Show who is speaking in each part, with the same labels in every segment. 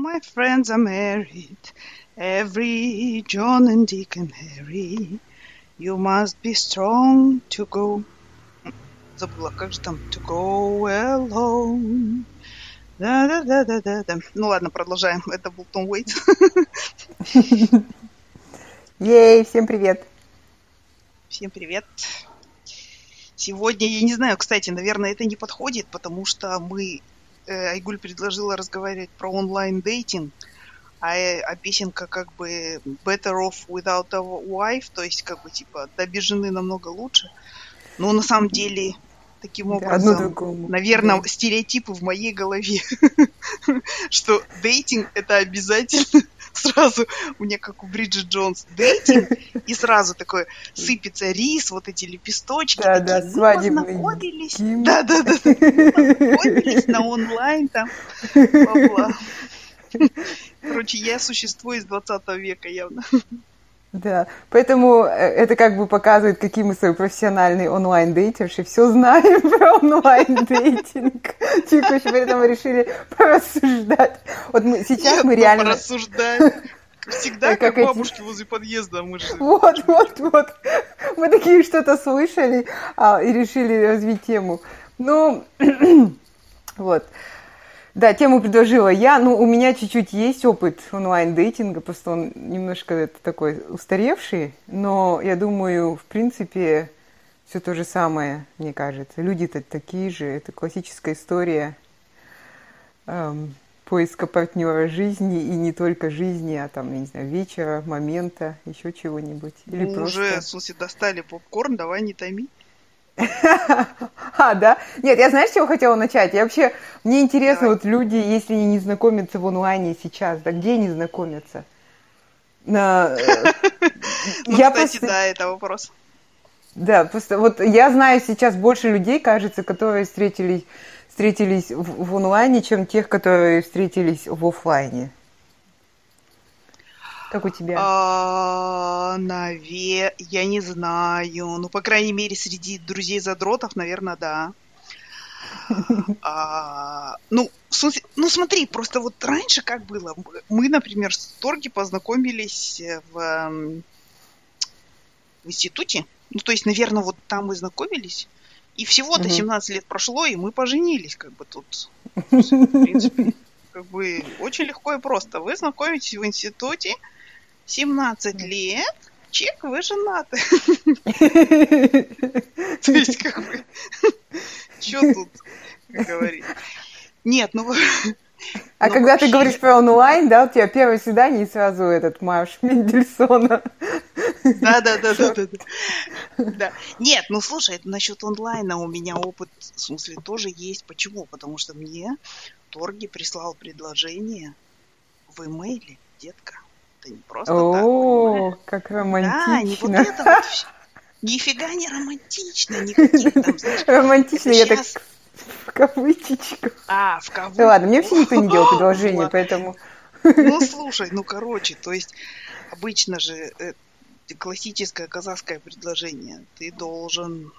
Speaker 1: my friends are married. Every John and Dick and Harry. You must be strong to go. Забыла, как же там? To go alone. Да-да-да-да-да. Ну ладно, продолжаем. Это был Том Уэйтс.
Speaker 2: Ей, всем привет.
Speaker 1: Всем привет. Сегодня, я не знаю, кстати, наверное, это не подходит, потому что Айгуль предложила разговаривать про онлайн-дейтинг, а песенка как бы better off without a wife, то есть как бы типа да без жены намного лучше. Но на самом деле таким образом, наверное, стереотипы в моей голове, что дейтинг это обязательно. Сразу у меня, как у Бриджит Джонс, дейтинг, и сразу такое сыпется рис, вот эти лепесточки, такие, мы познакомились, познакомились на онлайн, там, бла-бла. Короче, я существо из 20 века явно.
Speaker 2: Да, поэтому это как бы показывает, какие мы с тобой профессиональные онлайн-дейтерши, все знаем про онлайн-дейтинг. Чикуш, поэтому решили порассуждать. Вот сейчас мы реально...
Speaker 1: порассуждать. Всегда как бабушки возле подъезда.
Speaker 2: Вот. Мы такие что-то слышали и решили развить тему. Ну, вот. Да, тему предложила я. Ну, у меня чуть-чуть есть опыт онлайн-дейтинга, просто он немножко такой устаревший, но я думаю, в принципе, все то же самое, мне кажется. Люди-то такие же, это классическая история поиска партнера жизни, и не только жизни, а там, я не знаю, вечера, момента, еще чего-нибудь. Или
Speaker 1: просто... уже, в смысле, достали попкорн, давай не томи.
Speaker 2: Да? Нет, я знаешь, с чего хотела начать? Мне интересно, вот люди, если они не знакомятся в онлайне сейчас, да, где они знакомятся?
Speaker 1: Кстати, да, это вопрос.
Speaker 2: Да, просто вот я знаю сейчас больше людей, кажется, которые встретились в онлайне, чем тех, которые встретились в офлайне. Как у тебя?
Speaker 1: Я не знаю. Ну, по крайней мере, среди друзей-задротов, наверное, да. Смотри, просто вот раньше как было. Мы, например, с Торги познакомились в институте. Ну, то есть, наверное, вот там мы знакомились. И всего-то 17 лет прошло, и мы поженились, как бы тут. В принципе, как бы очень легко и просто. Вы знакомитесь в институте, 17 лет, чек, вы женаты. То есть, как бы, что тут говорить? Нет, ну...
Speaker 2: А когда ты говоришь про онлайн, да, у тебя первое свидание и сразу этот марш Мендельсона.
Speaker 1: Да. Нет, ну слушай, насчет онлайна у меня опыт, в смысле, тоже есть. Почему? Потому что мне Торги прислал предложение в имейле, детка. Это не просто так.
Speaker 2: О, как романтично.
Speaker 1: Да, не вот это вот все. Нифига не романтично, никаких там, знаешь.
Speaker 2: Романтично, я так в кавычечках.
Speaker 1: В кавычках.
Speaker 2: Да ладно, мне вообще никто не делал предложение, поэтому...
Speaker 1: Ну, слушай, короче, то есть обычно же классическое казахское предложение. Ты должен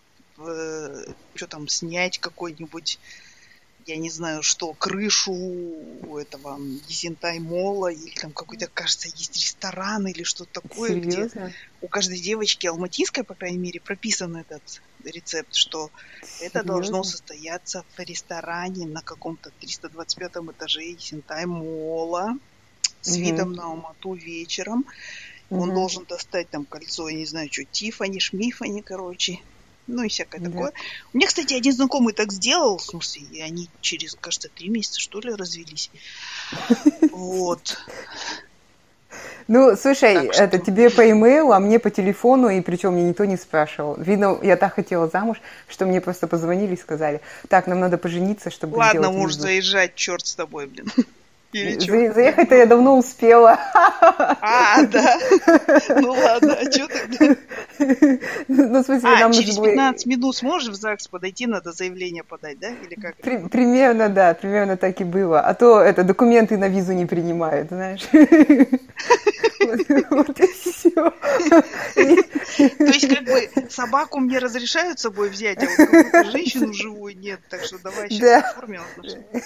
Speaker 1: снять какой-нибудь, я не знаю что, крышу этого Есентай-мола, или там какой-то, кажется, есть ресторан или что-то такое,
Speaker 2: Серьезно?
Speaker 1: где у каждой девочки алматинской, по крайней мере, прописан этот рецепт, что это должно состояться в ресторане на каком-то 325 этаже Есентай-мола с видом на Алмату вечером. Он должен достать там кольцо, я не знаю, что, Тиффани, Шмиффани, короче. Ну и всякое такое. У меня, кстати, один знакомый так сделал, в смысле, и они через, кажется, 3 месяца, что ли, развелись. Вот.
Speaker 2: Ну, слушай, это тебе по имейлу, а мне по телефону, и причем мне никто не спрашивал. Видно, я так хотела замуж, что мне просто позвонили и сказали, так, нам надо пожениться, чтобы
Speaker 1: Ладно,
Speaker 2: сделать
Speaker 1: можешь
Speaker 2: визу.
Speaker 1: Заезжать, черт с тобой, блин.
Speaker 2: Заехать-то я давно успела.
Speaker 1: Да? Ну ладно, а что тогда?
Speaker 2: Ну, в смысле, нам
Speaker 1: через 15 минут сможешь в ЗАГС подойти, надо заявление подать, да? Или как?
Speaker 2: Примерно, да, примерно так и было. А то документы на визу не принимают, знаешь. Вот и все.
Speaker 1: То есть, как бы, собаку мне разрешают с собой взять, а вот какую-то женщину живую нет. Так что давай сейчас оформим отношения.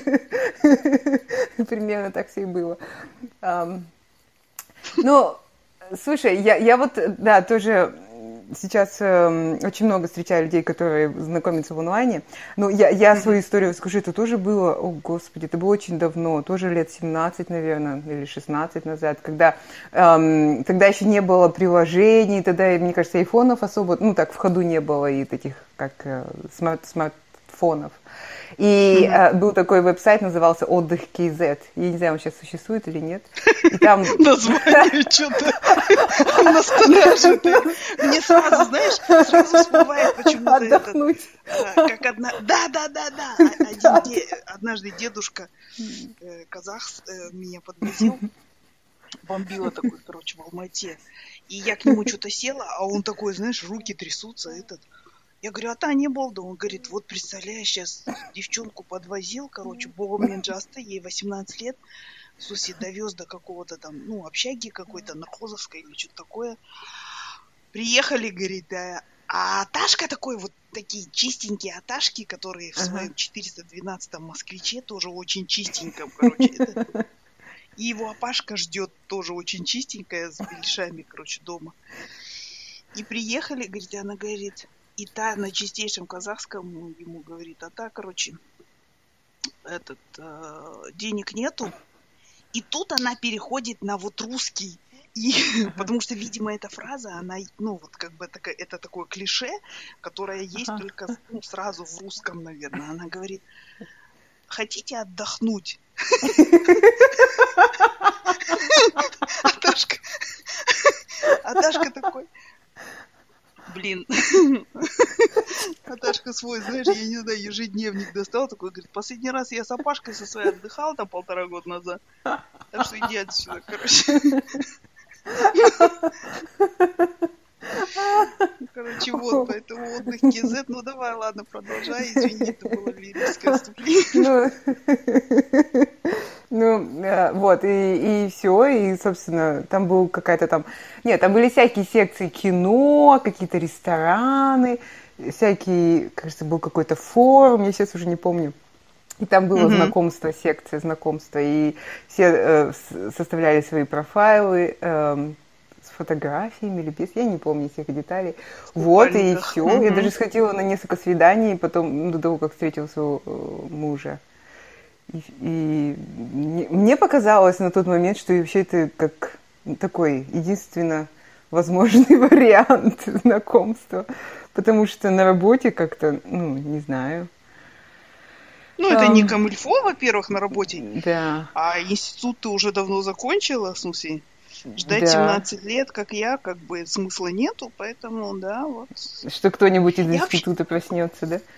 Speaker 2: Примерно так все и было. Ну, слушай, я вот, да, тоже сейчас очень много встречаю людей, которые знакомятся в онлайне. Ну, я свою историю скажу, это тоже было, о господи, это было очень давно, тоже лет 17, наверное, или 16 назад, когда тогда еще не было приложений, тогда, мне кажется, айфонов особо, ну, так, в ходу не было и таких, как смартфонов. И был такой веб-сайт, назывался «Отдых КЗ». Я не знаю, он сейчас существует или нет. И там...
Speaker 1: Название что-то настораживает. Мне сразу, знаешь, сразу всплывает почему-то
Speaker 2: отдохнуть.
Speaker 1: Как одна... Да. Однажды дедушка казах меня подвозил. Бомбила такой, короче, в Алмате. И я к нему что-то села, а он такой, знаешь, руки трясутся, этот... Я говорю, а та не был, да? Он говорит, вот представляешь, сейчас девчонку подвозил, короче, богом менджаста, ей 18 лет, в смысле, довез до какого-то там, ну, общаги какой-то, нархозовской или что-то такое. Приехали, говорит, да, а Аташка такой, вот такие чистенькие Аташки, которые в своем 412-м москвиче тоже очень чистеньком, короче, это... И его Апашка ждет тоже очень чистенькая, с бельшами, короче, дома. И приехали, говорит, и она говорит... И та на чистейшем казахском ему говорит, а та, короче, денег нету. И тут она переходит на вот русский. И, потому что, видимо, эта фраза, она, ну, вот как бы это такое клише, которое есть только сразу в русском, наверное. Она говорит, хотите отдохнуть? Аташка такой... Блин, Наташка свой, знаешь, я не знаю, ежедневник достал, такой, говорит, последний раз я с Апашкой со своей отдыхал там 1,5 года назад, так что иди отсюда, короче. Короче, вот, поэтому отдых КЗ, ну давай, ладно, продолжай, извини, это было лирическое вступление.
Speaker 2: Ну, вот, и все, и, собственно, там был какая-то там... Нет, там были всякие секции кино, какие-то рестораны, всякие, кажется, был какой-то форум, я сейчас уже не помню. И там было знакомство, секция знакомства, и все составляли свои профайлы с фотографиями или без, я не помню всех деталей. Вот, и все. Я даже сходила на несколько свиданий, потом, до того, как встретила своего мужа. И мне показалось на тот момент, что вообще это как такой единственно возможный вариант знакомства. Потому что на работе как-то, ну, не знаю.
Speaker 1: Ну, это не камильфо, во-первых, на работе.
Speaker 2: Да.
Speaker 1: А институт ты уже давно закончила, в смысле, ждать 17 лет, как я, как бы смысла нету, поэтому, да, вот.
Speaker 2: Что кто-нибудь из института проснется, да?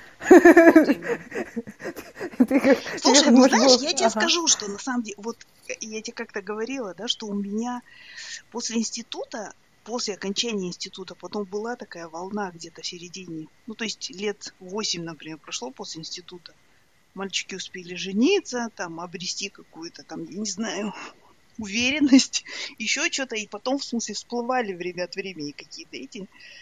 Speaker 1: Слушай, ну знаешь, я тебе скажу, что на самом деле, вот я тебе как-то говорила, да, что у меня после института, после окончания института, потом была такая волна где-то в середине, ну то есть лет 8, например, прошло после института. Мальчики успели жениться, там, обрести какую-то там, я не знаю, уверенность, еще что-то, и потом, в смысле, всплывали время от времени какие-то эти...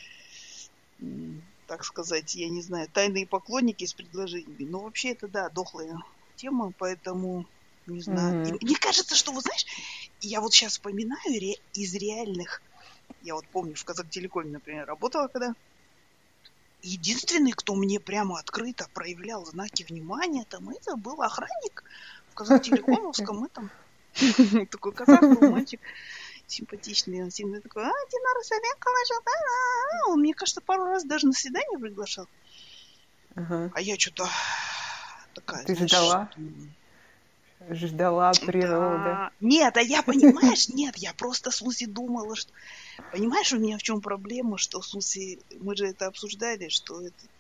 Speaker 1: так сказать, я не знаю, тайные поклонники с предложениями. Но вообще это, да, дохлая тема, поэтому, не знаю. И мне кажется, что, вот знаешь, я вот сейчас вспоминаю из реальных, я вот помню, в Казахтелекоме, например, работала когда, единственный, кто мне прямо открыто проявлял знаки внимания, там, это был охранник в Казахтелекомовском, этом, такой казах был мальчик, симпатичный, он всегда такой, Динара Саленкова, он, мне кажется, пару раз даже на свидание приглашал. А я что-то такая...
Speaker 2: Ты ждала? Ждала природы.
Speaker 1: Да. Нет, а я, понимаешь, нет, я просто, в смысле, думала, что... Понимаешь, у меня в чем проблема, что, в смысле, мы же это обсуждали, что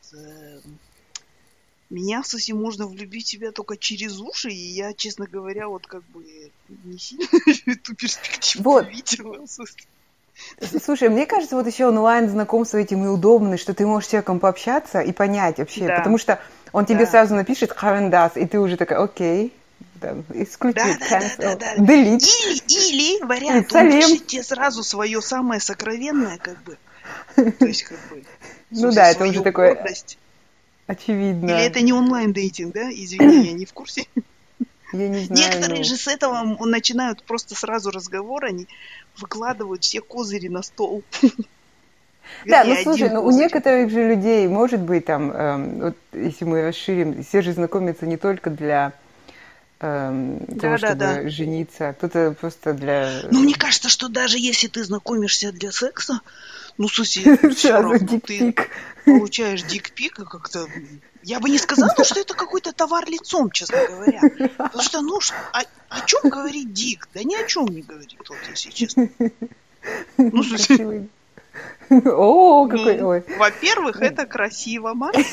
Speaker 1: меня, в смысле, можно влюбить в себя только через уши, и я, честно говоря, вот как бы не сильно эту перспективу видела, в смысле.
Speaker 2: Слушай, мне кажется, вот еще онлайн знакомство этим и удобно, что ты можешь с человеком пообщаться и понять вообще, потому что он тебе сразу напишет «Харендас», и ты уже такая «Окей». Исключить,
Speaker 1: delete. Или вариант, он пишет тебе сразу свое самое сокровенное, как бы. То есть, как бы, в
Speaker 2: Ну
Speaker 1: смысле,
Speaker 2: да, это уже
Speaker 1: свою
Speaker 2: такое
Speaker 1: гордость. Или
Speaker 2: очевидно.
Speaker 1: это не онлайн-дейтинг, да? Извини, я не в курсе.
Speaker 2: Я не знаю,
Speaker 1: Некоторые
Speaker 2: ну...
Speaker 1: же с этого начинают просто сразу разговор, они выкладывают все козыри на стол.
Speaker 2: Да,
Speaker 1: Вернее,
Speaker 2: ну слушай,
Speaker 1: один
Speaker 2: ну у
Speaker 1: козырь.
Speaker 2: некоторых же людей, может быть, там, вот если мы расширим, все же знакомятся не только для того,
Speaker 1: Да-да-да.
Speaker 2: чтобы жениться, кто-то просто для
Speaker 1: Но мне кажется, что даже если ты знакомишься для секса, ну, в смысле, все
Speaker 2: сразу
Speaker 1: равно ты
Speaker 2: дикпик.
Speaker 1: получаешь дикпик, и как-то... Я бы не сказала, что это какой-то товар лицом, честно говоря. Потому что, ну, о чем говорит дик? Да ни о чем не говорит, вот, если честно. Ну, в смысле,
Speaker 2: Красивый. О, какой,
Speaker 1: ну,
Speaker 2: ой.
Speaker 1: во-первых, это красиво, Маш.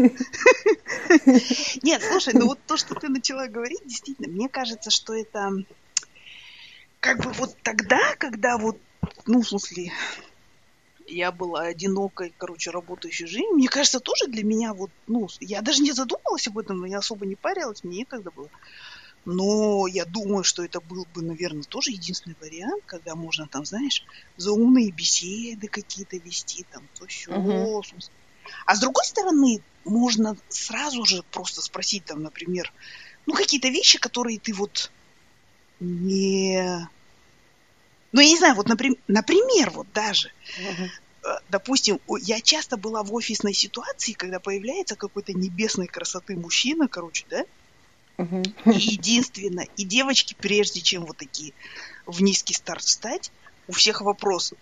Speaker 1: Нет, слушай, ну вот то, что ты начала говорить, действительно, мне кажется, что это как бы вот тогда, когда вот, ну, в смысле, я была одинокой, короче, работающей жизнью, мне кажется, тоже для меня вот, ну, я даже не задумалась об этом, я особо не парилась, мне некогда было. Но я думаю, что это был бы, наверное, тоже единственный вариант, когда можно там, знаешь, заумные беседы какие-то вести, там, то
Speaker 2: Мгм.
Speaker 1: все. А с другой стороны, можно сразу же просто спросить там, например, ну, какие-то вещи, которые ты вот не... Ну, я не знаю, вот, например, вот даже,
Speaker 2: Мгм.
Speaker 1: допустим, я часто была в офисной ситуации, когда появляется какой-то небесной красоты мужчина, короче, да,
Speaker 2: Мгм.
Speaker 1: и единственное, и девочки, прежде чем вот такие в низкий старт встать, у всех вопрос,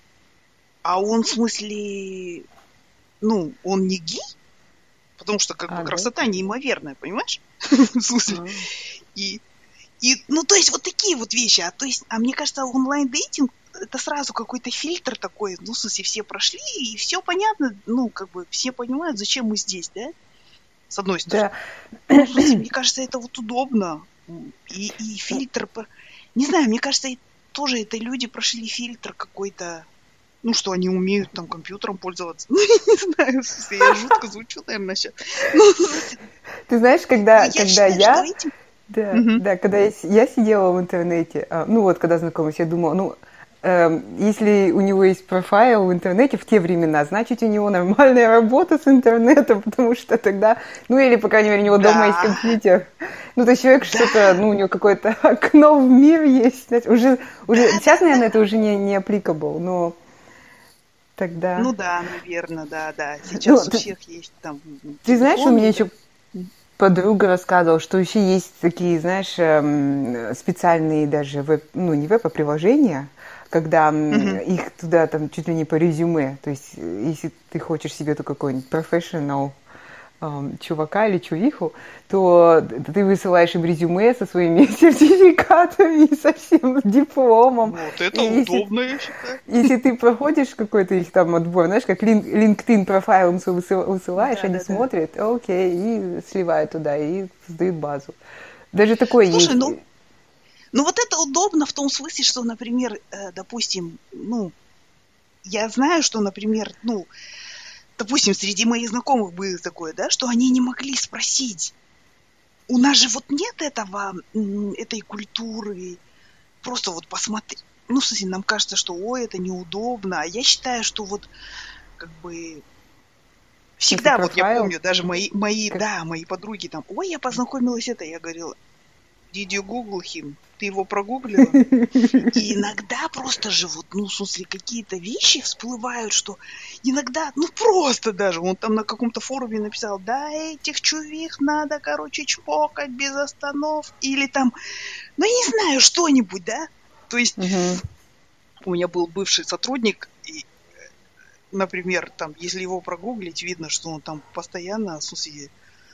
Speaker 1: а он в смысле, ну, он не гей? Потому что как бы
Speaker 2: А, да?
Speaker 1: красота неимоверная, понимаешь? В смысле,
Speaker 2: А.
Speaker 1: и ну, то есть вот такие вот вещи. А, то есть, а мне кажется, онлайн-дейтинг это сразу какой-то фильтр такой, ну, в смысле, все прошли, и все понятно, ну, как бы все понимают, зачем мы здесь, да, с одной
Speaker 2: Да.
Speaker 1: стороны. Ну, в смысле, мне кажется, это вот удобно. И фильтр, не знаю, мне кажется, тоже это люди прошли фильтр какой-то, ну, что они умеют там компьютером пользоваться. Ну, я не знаю, в смысле, я жутко звучу, наверное, сейчас. Ну, в смысле,
Speaker 2: Ты знаешь,
Speaker 1: но
Speaker 2: когда,
Speaker 1: я
Speaker 2: когда
Speaker 1: считаю, что
Speaker 2: я
Speaker 1: этим...
Speaker 2: Да,
Speaker 1: Мгм.
Speaker 2: да, когда я сидела в интернете, ну вот когда знакомилась, я думала, ну, если у него есть профайл в интернете в те времена, значит, у него нормальная работа с интернетом, потому что тогда, ну, или, по крайней мере, у него дома есть
Speaker 1: Да,
Speaker 2: компьютер. Ну, то есть человек
Speaker 1: да,
Speaker 2: что-то, ну, у него какое-то окно в мир есть. Знаете,
Speaker 1: да, да,
Speaker 2: сейчас, наверное,
Speaker 1: да.
Speaker 2: это уже не applicable, но тогда...
Speaker 1: Ну да, наверное, да, да.
Speaker 2: Ну,
Speaker 1: Сейчас у
Speaker 2: ты,
Speaker 1: всех есть там
Speaker 2: ты знаешь, у
Speaker 1: телефоны,
Speaker 2: меня
Speaker 1: и да.
Speaker 2: еще подруга рассказывала, что еще есть такие, знаешь, специальные даже веб, ну не веб, а приложения, когда
Speaker 1: Мгм.
Speaker 2: их туда там чуть ли не по резюме. То есть, если ты хочешь себе то какой-нибудь professional чувака или чувиху, то ты высылаешь им резюме со своими сертификатами и со всем дипломом.
Speaker 1: Вот
Speaker 2: И
Speaker 1: это
Speaker 2: если
Speaker 1: удобно, я считаю.
Speaker 2: если ты проходишь какой-то их там отбор, знаешь, как LinkedIn профайл им свой высылаешь,
Speaker 1: Да,
Speaker 2: они
Speaker 1: да, да.
Speaker 2: смотрят, окей, и сливают туда, и создают базу. Даже такое
Speaker 1: Слушай,
Speaker 2: есть.
Speaker 1: ну вот это удобно в том смысле, что, например, допустим, ну, я знаю, что, например, ну, допустим, среди моих знакомых было такое, да, что они не могли спросить. У нас же вот нет этого, этой культуры. Просто вот посмотри. Ну, в смысле, нам кажется, что, ой, это неудобно. А я считаю, что вот как бы
Speaker 2: В смысле,
Speaker 1: всегда, вот я
Speaker 2: профайл?
Speaker 1: помню, даже мои,
Speaker 2: Как...
Speaker 1: да, мои подруги там, ой, я познакомилась это, я говорила, did you Google him? Ты его прогуглила? И иногда просто же вот, ну, в смысле, какие-то вещи всплывают, что иногда, ну, просто даже, он там на каком-то форуме написал, да, этих чувих надо, короче, чпокать без останов, или там, ну, я не знаю, что-нибудь, да? То есть
Speaker 2: Мгм.
Speaker 1: у меня был бывший сотрудник, и, например, там, если его прогуглить, видно, что он там постоянно, в смысле,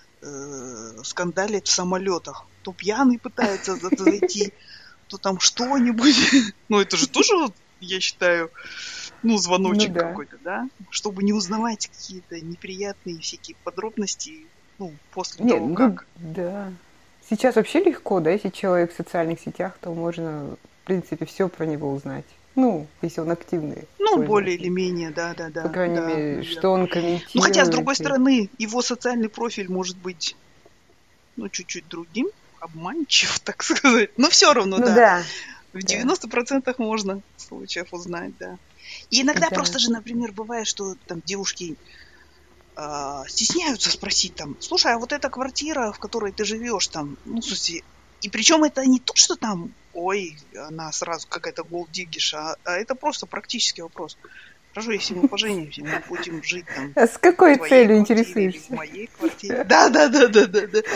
Speaker 1: скандалит в самолетах. То пьяный пытается зайти, то там что-нибудь. Ну, это же тоже, вот, я считаю, ну,
Speaker 2: Ну
Speaker 1: звоночек
Speaker 2: да.
Speaker 1: какой-то, да? Чтобы не узнавать какие-то неприятные всякие подробности, ну, после
Speaker 2: Нет,
Speaker 1: того,
Speaker 2: ну
Speaker 1: как.
Speaker 2: да. Сейчас вообще легко, да, если человек в социальных сетях, то можно, в принципе, все про него узнать. Ну, если он активный
Speaker 1: Ну, более или
Speaker 2: пользователь.
Speaker 1: менее, да, да,
Speaker 2: По
Speaker 1: да,
Speaker 2: крайней
Speaker 1: да,
Speaker 2: мере, что
Speaker 1: наверное.
Speaker 2: он
Speaker 1: Ну, хотя, с
Speaker 2: комментирует.
Speaker 1: другой стороны, его социальный профиль может быть, ну, чуть-чуть другим, обманчив, так сказать. Но все равно,
Speaker 2: Ну
Speaker 1: да,
Speaker 2: да,
Speaker 1: в
Speaker 2: да.
Speaker 1: 90% можно случаев узнать, да. И иногда
Speaker 2: Да.
Speaker 1: просто же, например, бывает, что там девушки стесняются спросить там, слушай, а вот эта квартира, в которой ты живешь там, ну, в смысле, и причем это не то, что там, ой, она сразу какая-то голддиггиша, а это просто практический вопрос. Хорошо, если мы поженимся, мы будем жить там
Speaker 2: А с
Speaker 1: в
Speaker 2: какой
Speaker 1: твоей
Speaker 2: целью
Speaker 1: квартире или в
Speaker 2: интересуешься?
Speaker 1: моей квартире. Да, да, да, да, да, да.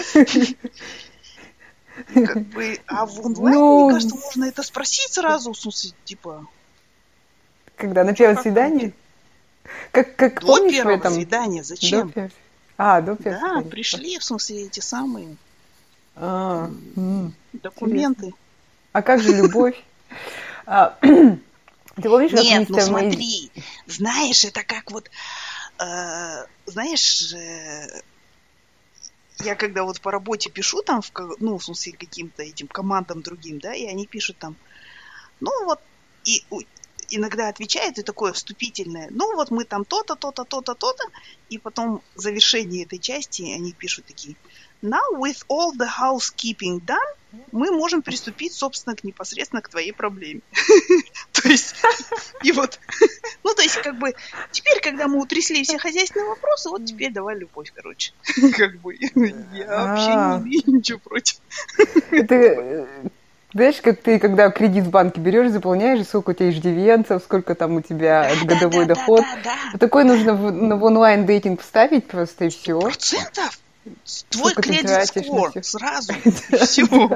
Speaker 1: И как бы, а в онлайне, мне
Speaker 2: Ну,
Speaker 1: кажется, можно это спросить сразу, в смысле, типа,
Speaker 2: когда на
Speaker 1: что
Speaker 2: первом
Speaker 1: как там,
Speaker 2: свидании? Как
Speaker 1: до
Speaker 2: помнишь в
Speaker 1: первого
Speaker 2: этом?
Speaker 1: свидания,
Speaker 2: До
Speaker 1: зачем?
Speaker 2: первого. А, до первого
Speaker 1: Да,
Speaker 2: свидания.
Speaker 1: пришли, в смысле, эти самые
Speaker 2: А, интересно.
Speaker 1: документы.
Speaker 2: А как же любовь? А, ты помнишь, как
Speaker 1: Нет, ну
Speaker 2: мистер Мейз...
Speaker 1: смотри, знаешь, это как вот, знаешь, я когда вот по работе пишу там, ну, в смысле, каким-то этим командам другим, да, и они пишут там, ну вот, и иногда отвечает и такое вступительное, ну вот мы там то-то, то-то, то-то, то-то, и потом в завершении этой части они пишут такие, now with all the housekeeping done, мы можем приступить, собственно, непосредственно к твоей проблеме. То есть, и вот, ну, то есть, как бы, теперь, когда мы утрясли все хозяйственные вопросы, вот теперь давай любовь, короче. Как бы, я вообще не
Speaker 2: А,
Speaker 1: имею ничего против
Speaker 2: это,
Speaker 1: этого.
Speaker 2: знаешь, как ты, когда кредит в банке берешь, заполняешь, сколько у тебя иждивенцев, сколько там у
Speaker 1: Да,
Speaker 2: тебя
Speaker 1: да,
Speaker 2: годовой
Speaker 1: да, да,
Speaker 2: доход.
Speaker 1: да, да,
Speaker 2: Вот такой
Speaker 1: да.
Speaker 2: нужно в онлайн-дейтинг вставить просто, и все.
Speaker 1: 100%. Твой
Speaker 2: Сколько ты
Speaker 1: кредит
Speaker 2: тратишь на
Speaker 1: скор
Speaker 2: все.
Speaker 1: сразу, и все.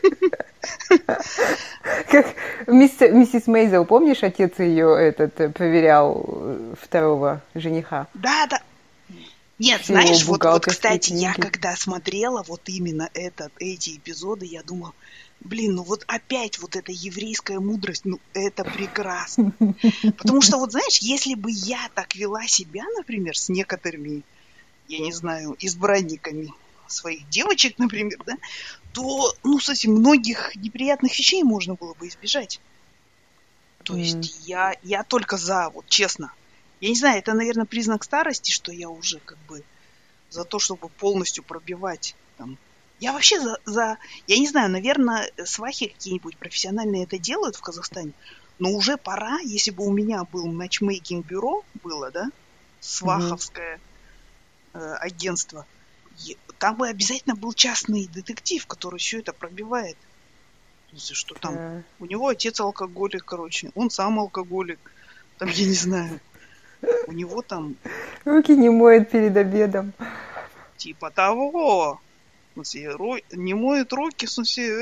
Speaker 2: Как миссис Мейзел, помнишь, отец ее проверял второго жениха?
Speaker 1: Да, да. Нет,
Speaker 2: Все его
Speaker 1: знаешь, вот,
Speaker 2: бухгалтерские
Speaker 1: кстати, я
Speaker 2: книги.
Speaker 1: когда смотрела вот именно эти эпизоды, я думала, блин, ну вот опять вот эта еврейская мудрость, ну это прекрасно. Потому что вот знаешь, если бы я так вела себя, например, с некоторыми, я не знаю, избранниками своих девочек, например, да, то, ну, кстати, многих неприятных вещей можно было бы избежать. То
Speaker 2: М,
Speaker 1: есть я только за, вот честно. Я не знаю, это, наверное, признак старости, что я уже как бы за то, чтобы полностью пробивать там. Я вообще я не знаю, наверное, свахи какие-нибудь профессиональные это делают в Казахстане, но уже пора, если бы у меня был матчмейкинг-бюро, было, да,
Speaker 2: мгм.
Speaker 1: сваховское агентство, там бы обязательно был частный детектив, который все это пробивает. В смысле, что там
Speaker 2: Да.
Speaker 1: у него отец алкоголик, короче, он сам алкоголик, там, я не знаю, у него там
Speaker 2: Руки не моет перед обедом.
Speaker 1: типа того, в смысле, не моет руки, в смысле,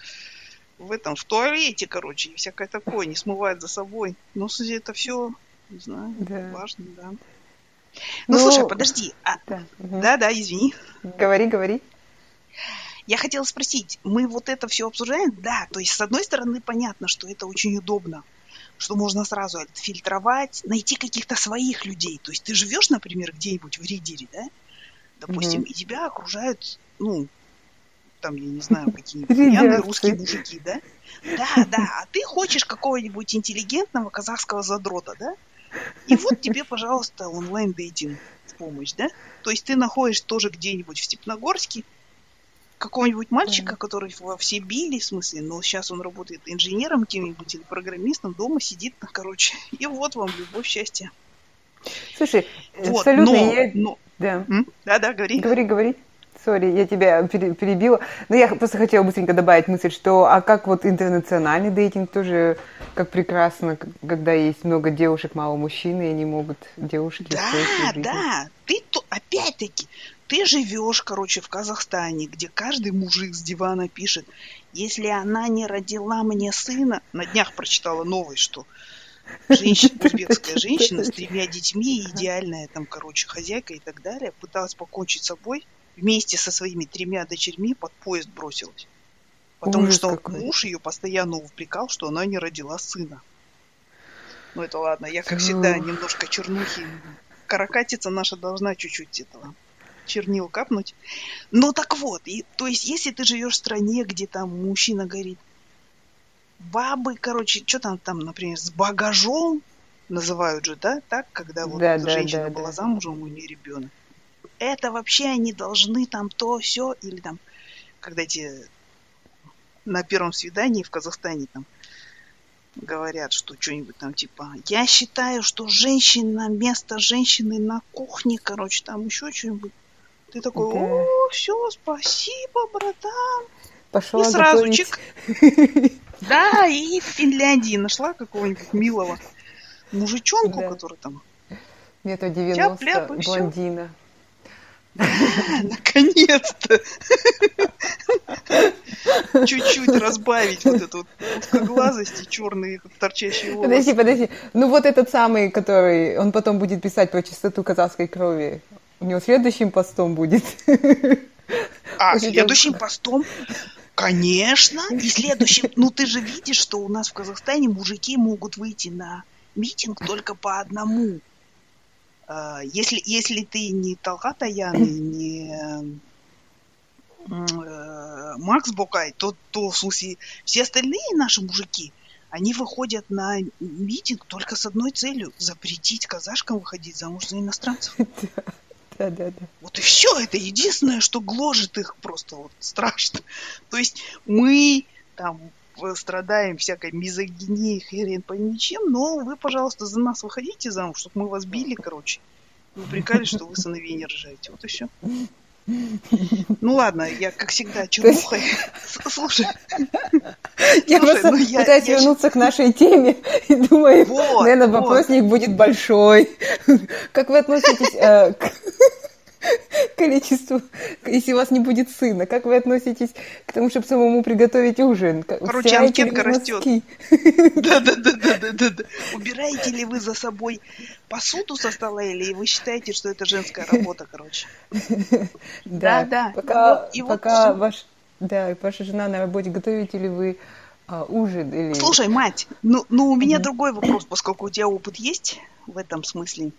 Speaker 1: в туалете, короче, и всякое такое, не смывает за собой. Ну, в смысле, это все, не знаю,
Speaker 2: Да.
Speaker 1: важно, да. Ну, слушай,
Speaker 2: Ну,
Speaker 1: подожди,
Speaker 2: да. Мгм.
Speaker 1: да, извини.
Speaker 2: Говори, говори.
Speaker 1: Я хотела спросить, мы вот это все обсуждаем? Да, то есть, с одной стороны, понятно, что это очень удобно, что можно сразу отфильтровать, найти каких-то своих людей. То есть ты живешь, например, где-нибудь в Ридере, да, допустим,
Speaker 2: Мгм.
Speaker 1: и тебя окружают, ну, там, я не знаю, какие-нибудь пьяные русские
Speaker 2: Ридеровцы.
Speaker 1: мужики, да? Да, да, а ты хочешь какого-нибудь интеллигентного казахского задрота, да? И вот тебе, пожалуйста, онлайн-дейтинг в помощь, да? То есть ты находишь тоже где-нибудь в Степногорске какого-нибудь
Speaker 2: Да.
Speaker 1: мальчика, который во все били, в смысле, но сейчас он работает инженером кем-нибудь или программистом, дома сидит, короче, и вот вам любовь, счастье.
Speaker 2: Слушай,
Speaker 1: Вот,
Speaker 2: абсолютно я...
Speaker 1: но,
Speaker 2: Да.
Speaker 1: да, говори.
Speaker 2: Говори, говори. Сори, я тебя перебила. Но я просто хотела быстренько добавить мысль, что а как вот интернациональный дейтинг тоже как прекрасно, когда есть много девушек, мало мужчин, и они могут девушки устроить себе
Speaker 1: Да,
Speaker 2: бизнес.
Speaker 1: да, опять-таки, ты живешь, короче, в Казахстане, где каждый мужик с дивана пишет, если она не родила мне сына, на днях прочитала новость, что
Speaker 2: Где-то это
Speaker 1: узбекская женщина с
Speaker 2: читаешь.
Speaker 1: 3 детьми, идеальная там, короче, хозяйка и так далее, пыталась покончить с собой, вместе со своими 3 дочерьми под поезд бросилась. Потому
Speaker 2: Ужас
Speaker 1: что
Speaker 2: какой.
Speaker 1: муж ее постоянно упрекал, что она не родила сына. Ну это ладно, я, как всегда,
Speaker 2: Фу.
Speaker 1: немножко чернухи. Каракатица наша должна чуть-чуть этого чернил капнуть. Ну так вот, то есть если ты живешь в стране, где там мужчина говорит, бабы, короче, что там, например, с багажом называют же, да, так, когда вот
Speaker 2: Да, да,
Speaker 1: женщина
Speaker 2: да,
Speaker 1: была
Speaker 2: да.
Speaker 1: замужем, у нее ребенок. Это вообще они должны там то, все, или там, когда эти на первом свидании в Казахстане там говорят, что что-нибудь там типа «Я считаю, что женщина, место женщины на кухне», короче, там еще что-нибудь. Ты такой:
Speaker 2: Да.
Speaker 1: «О, все, спасибо, братан». И
Speaker 2: Пошла
Speaker 1: сразу
Speaker 2: готовить.
Speaker 1: чик. Да, и в Финляндии нашла какого-нибудь милого мужичонку,
Speaker 2: Да.
Speaker 1: который там
Speaker 2: Метр 90,
Speaker 1: тяп-ляп и все.
Speaker 2: блондина.
Speaker 1: Да, наконец-то. Чуть-чуть разбавить вот эту вот узкоглазость и черные торчащие волосы.
Speaker 2: Подожди. Ну вот этот самый, который, он потом будет писать про чистоту казахской крови. У него следующим постом будет.
Speaker 1: А следующим постом, конечно, и следующим... Ну, ты же видишь, что у нас в Казахстане мужики могут выйти на митинг только по одному. Если ты не Талгат Аян и не Макс Бокай, то в смысле все остальные наши мужики, они выходят на митинг только с одной целью – запретить казашкам выходить замуж за иностранцев.
Speaker 2: Да.
Speaker 1: Вот и все. Это единственное, что гложет их просто вот страшно. То есть мы там страдаем всякой мизогинией, хрен пойми чем, но вы, пожалуйста, за нас выходите замуж, чтобы мы вас били, короче. И упрекали, что вы сыновей не рожаете. Вот и все. Ну ладно, я, как всегда, чурмухой. Слушай.
Speaker 2: Я просто пытаюсь вернуться к нашей теме и думаю, наверное, вопросник будет большой. Как вы относитесь к количеству, если у вас не будет сына, как вы относитесь к тому, чтобы самому приготовить ужин?
Speaker 1: Короче, анкетка растет. Да. Убираете ли вы за собой посуду со стола, или вы считаете, что это женская работа, короче? Да.
Speaker 2: Пока ваша жена на работе, готовите ли вы ужин? Или...
Speaker 1: Слушай, мать, ну у меня другой вопрос, поскольку у тебя опыт есть в этом смысле.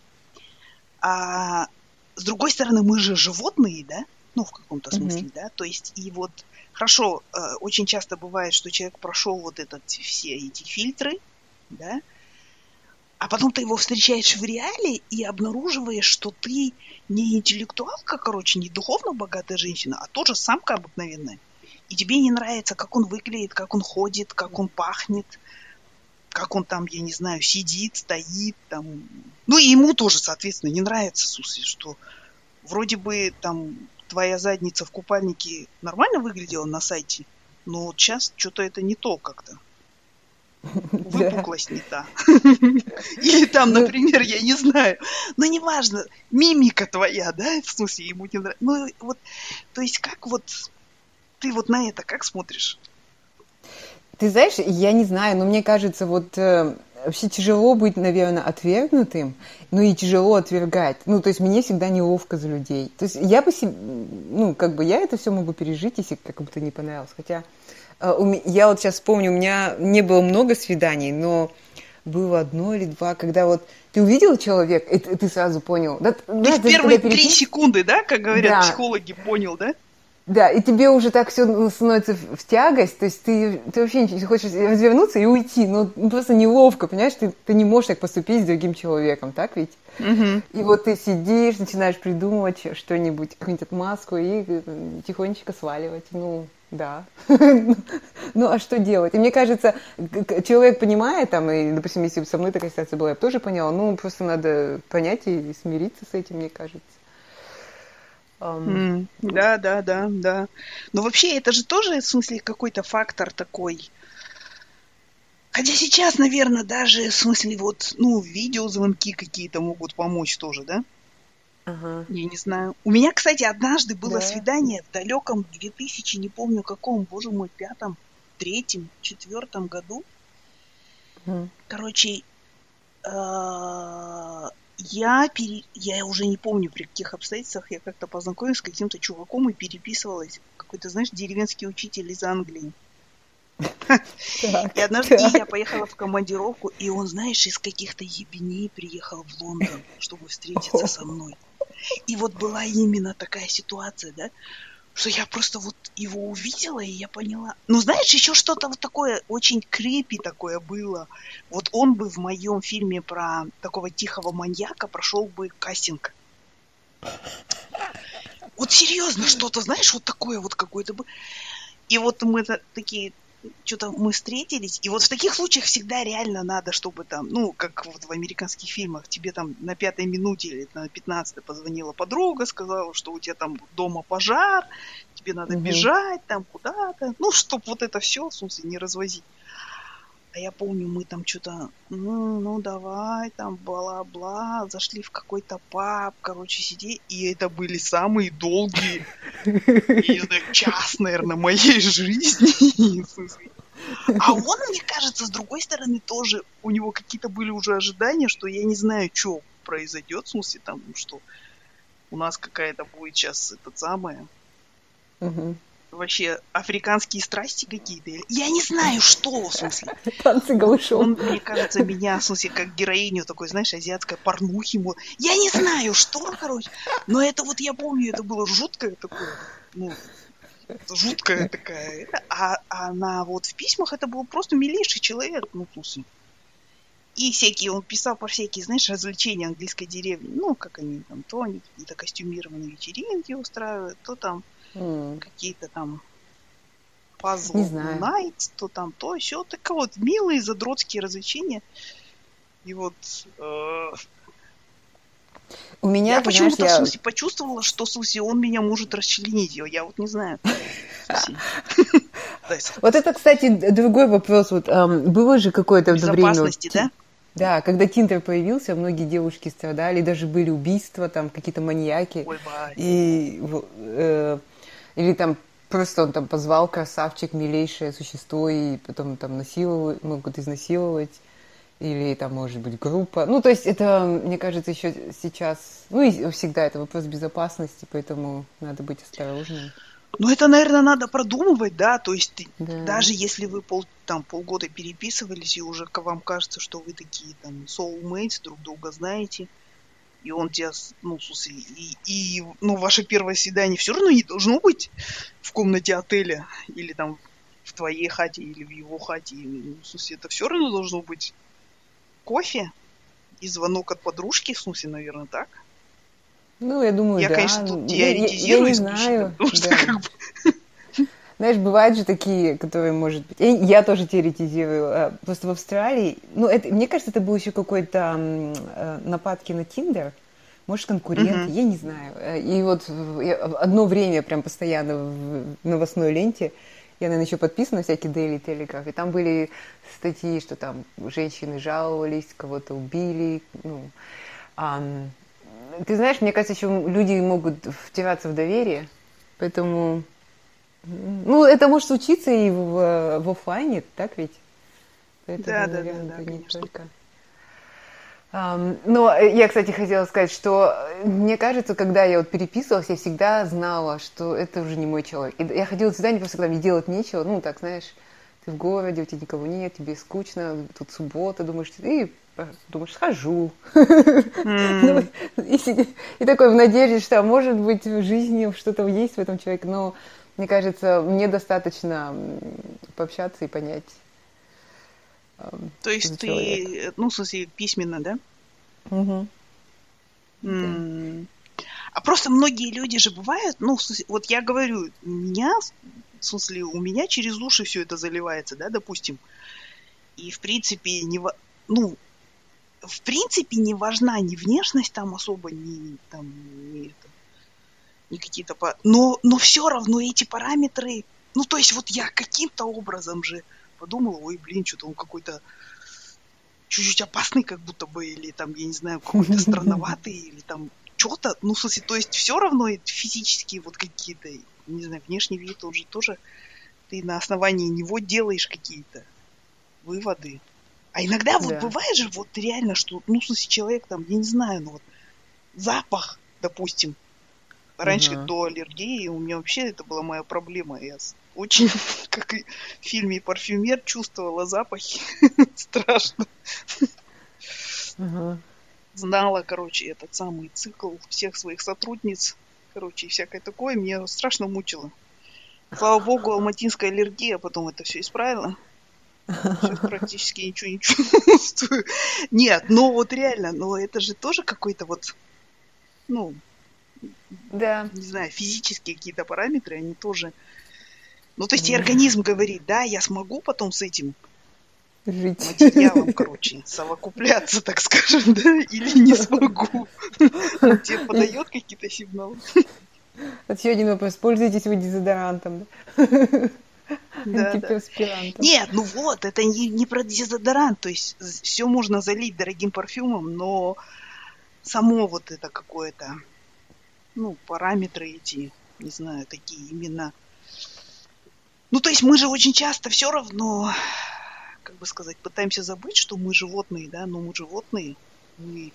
Speaker 1: А с другой стороны, мы же животные, да? Ну, в каком-то смысле, да? То есть, и вот, хорошо, очень часто бывает, что человек прошел вот все эти фильтры, да? А потом ты его встречаешь в реале и обнаруживаешь, что ты не интеллектуалка, короче, не духовно богатая женщина, а тоже самка обыкновенная. И тебе не нравится, как он выглядит, как он ходит, как он пахнет, как он там, я не знаю, сидит, стоит, там. Ну, и ему тоже, соответственно, не нравится, Суси, что вроде бы там твоя задница в купальнике нормально выглядела на сайте, но вот сейчас что-то это не то как-то. Выпуклость не та. Или там, например, я не знаю, ну, неважно, мимика твоя, да, в смысле, ему не нравится. Ну, вот, то есть, как вот, ты вот на это как смотришь?
Speaker 2: Ты знаешь, я не знаю, но мне кажется, вот вообще тяжело быть, наверное, отвергнутым, но и тяжело отвергать. Ну, то есть мне всегда неловко за людей. То есть я бы себе, ну, как бы я это все могу пережить, если как бы ты не понравилось. Хотя я вот сейчас помню, у меня не было много свиданий, но было одно или два, когда вот ты увидел человека, и ты сразу понял. Да,
Speaker 1: ты в первые 3 секунды, да, как говорят психологи, понял, да?
Speaker 2: Да, и тебе уже так все становится в тягость, то есть ты вообще не хочешь развернуться и уйти, ну просто неловко, понимаешь, ты не можешь так поступить с другим человеком, так ведь?
Speaker 1: Угу.
Speaker 2: И вот ты сидишь, начинаешь придумывать что-нибудь, какую-нибудь отмазку и тихонечко сваливать, ну да. Ну а что делать? И мне кажется, человек понимает, там, и, допустим, если бы со мной такая ситуация была, я бы тоже поняла, ну просто надо понять и смириться с этим, мне кажется.
Speaker 1: Да. Но вообще это же тоже, в смысле, какой-то фактор такой. Хотя сейчас, наверное, даже, в смысле, вот, ну, видеозвонки какие-то могут помочь тоже, да?
Speaker 2: Ага.
Speaker 1: Я не знаю. У меня, кстати, однажды было свидание в далеком 2000, не помню каком, боже мой, 5-м, 3-м, 4-м году. Короче, я уже не помню, при каких обстоятельствах я как-то познакомилась с каким-то чуваком и переписывалась. Какой-то, знаешь, деревенский учитель из Англии. И однажды я поехала в командировку, и он, знаешь, из каких-то ебеней приехал в Лондон, чтобы встретиться со мной. И вот была именно такая ситуация, да, что я просто вот его увидела, и я поняла. Ну, знаешь, еще что-то вот такое очень крипи такое было. Вот он бы в моем фильме про такого тихого маньяка прошел бы кастинг. Вот серьезно что-то, знаешь, вот такое вот какое-то бы. И вот мы такие что-то мы встретились, и вот в таких случаях всегда реально надо, чтобы там, ну, как вот в американских фильмах, тебе там на 5-й минуте или на 15-й позвонила подруга, сказала, что у тебя там дома пожар, тебе надо
Speaker 2: Мгм.
Speaker 1: бежать там куда-то, ну, чтоб вот это все, в смысле, не развозить. А я помню, мы там что-то, ну, давай, там, бла-бла, зашли в какой-то паб, короче, сидеть, и это были самые долгие, я не знаю, час, наверное, моей жизни. В смысле. А он, мне кажется, с другой стороны тоже, у него какие-то были уже ожидания, что я не знаю, что произойдет, в смысле, там, что у нас какая-то будет сейчас это самое,
Speaker 2: Мгм.
Speaker 1: вообще африканские страсти какие-то. Я не знаю, что, в смысле.
Speaker 2: Танцы
Speaker 1: Вот
Speaker 2: голышом.
Speaker 1: он, мне кажется, меня, в смысле, как героиню такой, знаешь, азиатской порнухи. Я не знаю, что, короче. Но это вот я помню, это было жуткое такое, ну, жуткая такая. А на вот в письмах это был просто милейший человек, ну, в смысле. И всякие, он писал про всякие, знаешь, развлечения английской деревни. Ну, как они там, то они какие-то костюмированные вечеринки устраивают, то там
Speaker 2: М,
Speaker 1: какие-то там
Speaker 2: Не
Speaker 1: пазл
Speaker 2: знаю.
Speaker 1: найтс, то там, то еще. Так вот, милые задротские развлечения. И вот
Speaker 2: У меня,
Speaker 1: я
Speaker 2: ты знаешь,
Speaker 1: почему-то, в
Speaker 2: я...
Speaker 1: смысле, почувствовала, что, в смысле, он меня может расчленить. Я вот не знаю. В смысле, дай
Speaker 2: Вот это, кстати, другой вопрос. Вот было же какое-то время, вот,
Speaker 1: безопасности, да?
Speaker 2: да, когда Тиндер появился, многие девушки страдали, даже были убийства, там какие-то маньяки,
Speaker 1: Ой, Вась.
Speaker 2: и или там просто он там позвал красавчик, милейшее существо, и потом там насиловать, могут изнасиловать, или там может быть группа. Ну, то есть это, мне кажется, еще сейчас, ну и всегда это вопрос безопасности, поэтому надо быть осторожным.
Speaker 1: Ну, это, наверное, надо продумывать, да, то есть
Speaker 2: Да.
Speaker 1: даже если вы полгода переписывались, и уже вам кажется, что вы такие там soulmates, друг друга знаете, и он тебя, ну, в смысле, ну, ваше первое свидание все равно не должно быть в комнате отеля, или там в твоей хате, или в его хате, ну, в смысле, это все равно должно быть кофе и звонок от подружки, в смысле, наверное, так?
Speaker 2: Ну, я думаю,
Speaker 1: Я,
Speaker 2: да.
Speaker 1: конечно, тут
Speaker 2: Я
Speaker 1: теоретизирую
Speaker 2: не
Speaker 1: исключительно,
Speaker 2: знаю,
Speaker 1: потому что
Speaker 2: да.
Speaker 1: как бы...
Speaker 2: Знаешь, бывают же такие, которые, может быть... Я тоже теоретизирую. Просто в Австралии... Ну, это, мне кажется, это был еще какой-то нападки на Тиндер. Может, конкуренты,
Speaker 1: Мгм.
Speaker 2: я не знаю. И вот я одно время прям постоянно в новостной ленте я, наверное, еще подписана на всякие Daily Telegraph, и там были статьи, что там женщины жаловались, кого-то убили. Ну, ам, ты знаешь, мне кажется, еще люди могут втираться в доверие, поэтому... Ну, это может случиться и в оффлайне, так ведь? Поэтому,
Speaker 1: Да, да, да,
Speaker 2: наверное,
Speaker 1: да,
Speaker 2: это не
Speaker 1: конечно.
Speaker 2: только... Но я, кстати, хотела сказать, что мне кажется, когда я вот переписывалась, я всегда знала, что это уже не мой человек. И я ходила в свидание просто, когда мне делать нечего. Ну, так, знаешь, ты в городе, у тебя никого нет, тебе скучно, тут суббота, думаешь, думаешь, схожу. Ну,
Speaker 1: М.
Speaker 2: и такой в надежде, что, может быть, в жизни что-то есть в этом человеке. Но мне кажется, мне достаточно пообщаться и понять,
Speaker 1: То
Speaker 2: что
Speaker 1: есть
Speaker 2: за человек.
Speaker 1: ты, ну, в смысле, письменно, да?
Speaker 2: Мгм. Да.
Speaker 1: М. А просто многие люди же бывают, ну, в смысле, вот я говорю, в смысле, у меня через уши все это заливается, да, допустим. И, в принципе, ну, в принципе, не важна ни внешность там особо, ни там, ни какие-то... Но все равно эти параметры... Ну, то есть вот я каким-то образом же подумала, ой, блин, что-то он какой-то чуть-чуть опасный как будто бы, или там, я не знаю, какой-то странноватый, или там что-то, ну, в смысле, то есть все равно физические вот какие-то, не знаю, внешний вид, он же тоже, ты на основании него делаешь какие-то выводы. А иногда вот
Speaker 2: Да.
Speaker 1: бывает же вот реально, что, ну, в смысле, человек там, я не знаю, ну вот запах, допустим, раньше
Speaker 2: Ага.
Speaker 1: до аллергии у меня вообще это была моя проблема. Я очень, как и в фильме «Парфюмер», чувствовала запахи. Страшно.
Speaker 2: Ага.
Speaker 1: Знала, короче, этот самый цикл всех своих сотрудниц. Короче, и всякое такое. Меня страшно мучило. Слава богу, алматинская аллергия потом это все исправила. Сейчас практически ничего не чувствую. Нет, но вот реально, но это же тоже какой-то вот, ну,
Speaker 2: Да.
Speaker 1: не знаю, физические какие-то параметры, они тоже, Ну, то есть и организм говорит, да, я смогу потом с этим
Speaker 2: Жить.
Speaker 1: материалом, короче, совокупляться, так скажем, да, или не смогу. Он тебе подает какие-то сигналы.
Speaker 2: Вот еще один вопрос. Пользуетесь вы дезодорантом?
Speaker 1: Да, да.
Speaker 2: Антиперспирантом?
Speaker 1: Нет, ну вот, это не про дезодорант, то есть все можно залить дорогим парфюмом, но само вот это какое-то, ну, параметры эти, не знаю, такие именно. Ну, то есть мы же очень часто все равно, как бы сказать, пытаемся забыть, что мы животные, да, но мы животные, мы...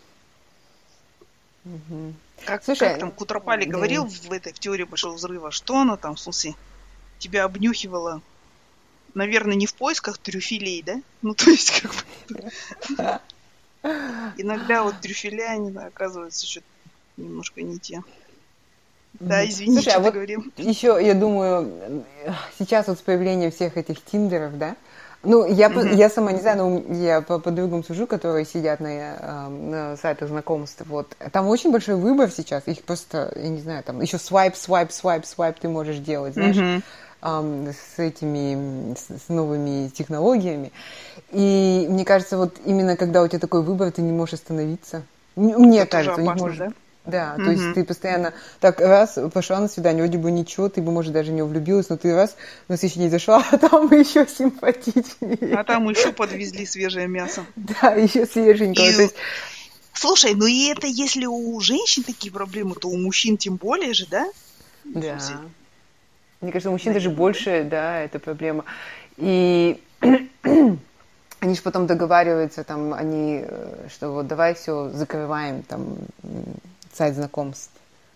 Speaker 2: Слушай,
Speaker 1: как там Кутропали говорил в теории Большого Взрыва, что она там, в смысле, тебя обнюхивала, наверное, не в поисках трюфелей, да? Ну, то есть, как бы... Иногда вот трюфеля, они, оказываются, что-то немножко не те. Да, извини,
Speaker 2: слушай,
Speaker 1: что
Speaker 2: а
Speaker 1: ты
Speaker 2: вот
Speaker 1: говорил.
Speaker 2: еще, я думаю, сейчас вот с появлением всех этих тиндеров, да, ну, я сама не знаю, но я по подругам сужу, которые сидят на сайтах знакомств, вот, там очень большой выбор сейчас, их просто, я не знаю, там еще свайп ты можешь делать, знаешь, с этими, с новыми технологиями. И мне кажется, вот именно когда у тебя такой выбор, ты не можешь остановиться. Мне
Speaker 1: Это тоже
Speaker 2: кажется, у них
Speaker 1: опасно,
Speaker 2: может...
Speaker 1: да?
Speaker 2: Да, то есть ты постоянно так раз пошла на свидание, вроде бы ничего, ты бы, может, даже не влюбилась, но ты раз на свидание зашла, а там еще симпатичнее.
Speaker 1: А там еще подвезли свежее мясо.
Speaker 2: Да, еще свеженького. То есть...
Speaker 1: Слушай, ну и это если у женщин такие проблемы, то у мужчин тем более же, да?
Speaker 2: Да. Мне кажется, у мужчин даже
Speaker 1: наверное,
Speaker 2: больше, да, эта проблема. И они же потом договариваются, там, они, что вот давай все закрываем, там, сайт знакомств.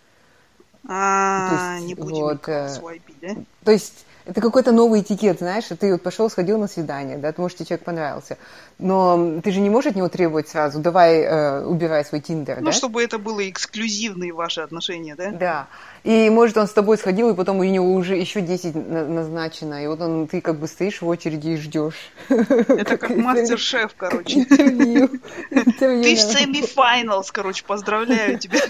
Speaker 1: Не будем
Speaker 2: вот,
Speaker 1: никого свайпить, да?
Speaker 2: То есть это какой-то новый этикет, знаешь, ты вот пошел, сходил на свидание, да, может, тебе человек понравился, но ты же не можешь от него требовать сразу, давай убирай свой тиндер, да?
Speaker 1: Ну, чтобы это было эксклюзивные ваши отношения, да?
Speaker 2: Да. И, может, он с тобой сходил, и потом у него уже еще 10 назначено, и вот ты как бы стоишь в очереди и ждешь.
Speaker 1: Это как мастер-шеф, короче.
Speaker 2: Интервью.
Speaker 1: Ты в семифиналс, короче, поздравляю тебя.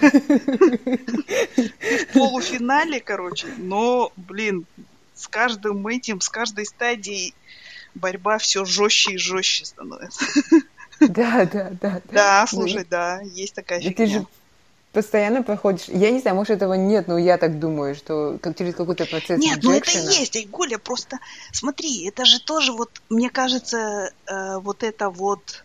Speaker 1: Ты в полуфинале, короче, но, блин, с каждым этим, с каждой стадией борьба все жестче и жестче становится.
Speaker 2: Да.
Speaker 1: Да, слушай, да, есть такая фигня.
Speaker 2: Ты же постоянно проходишь... Я не знаю, может, этого нет, но я так думаю, что как через какой-то процесс
Speaker 1: Нет, ну это
Speaker 2: реджекшена...
Speaker 1: есть, Айгуля, просто смотри, это же тоже вот, мне кажется, вот это вот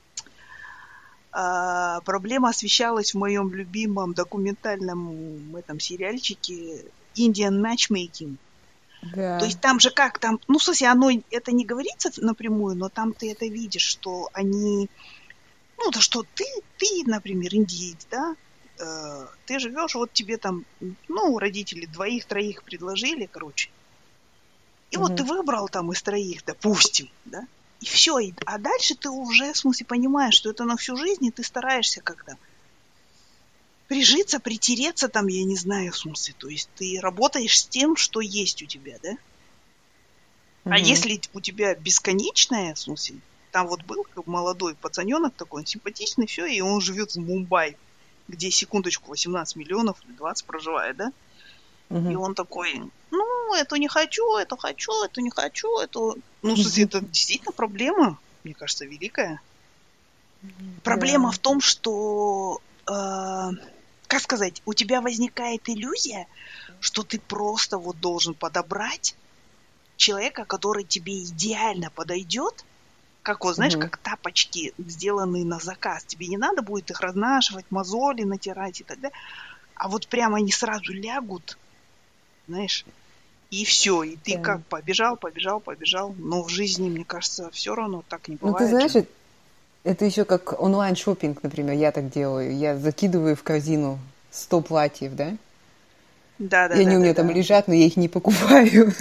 Speaker 1: проблема освещалась в моем любимом документальном этом сериальчике Indian Matchmaking.
Speaker 2: Да.
Speaker 1: То есть там же как, там, ну, в смысле, оно, это не говорится напрямую, но там ты это видишь, что они, ну, то, что ты, например, индиец, да, ты живешь, вот тебе там, ну, родители двоих-троих предложили, короче, и вот ты выбрал там из троих, допустим, да, и все, а дальше ты уже, в смысле, понимаешь, что это на всю жизнь, и ты стараешься как-то прижиться, притереться там, я не знаю, в смысле, то есть ты работаешь с тем, что есть у тебя, да? А если у тебя бесконечное, в смысле, там вот был как молодой пацаненок такой, он симпатичный, все, и он живет в Мумбаи, где, секундочку, 18 миллионов или 20 проживает, да? И он такой, ну, это не хочу, это хочу, это не хочу, это... Ну, в смысле, это действительно проблема, мне кажется, великая. Проблема в том, что, как сказать, у тебя возникает иллюзия, что ты просто вот должен подобрать человека, который тебе идеально подойдет, как вот, знаешь, как тапочки, сделанные на заказ. Тебе не надо будет их разнашивать, мозоли натирать и так далее. А вот прямо они сразу лягут, знаешь, и все. И ты как побежал. Но в жизни, мне кажется, все равно так не бывает.
Speaker 2: Ну, ты знаешь, это еще как онлайн-шоппинг, например, я так делаю. Я закидываю в корзину 100 платьев, да?
Speaker 1: Да.
Speaker 2: И они у меня там лежат, но я их не покупаю.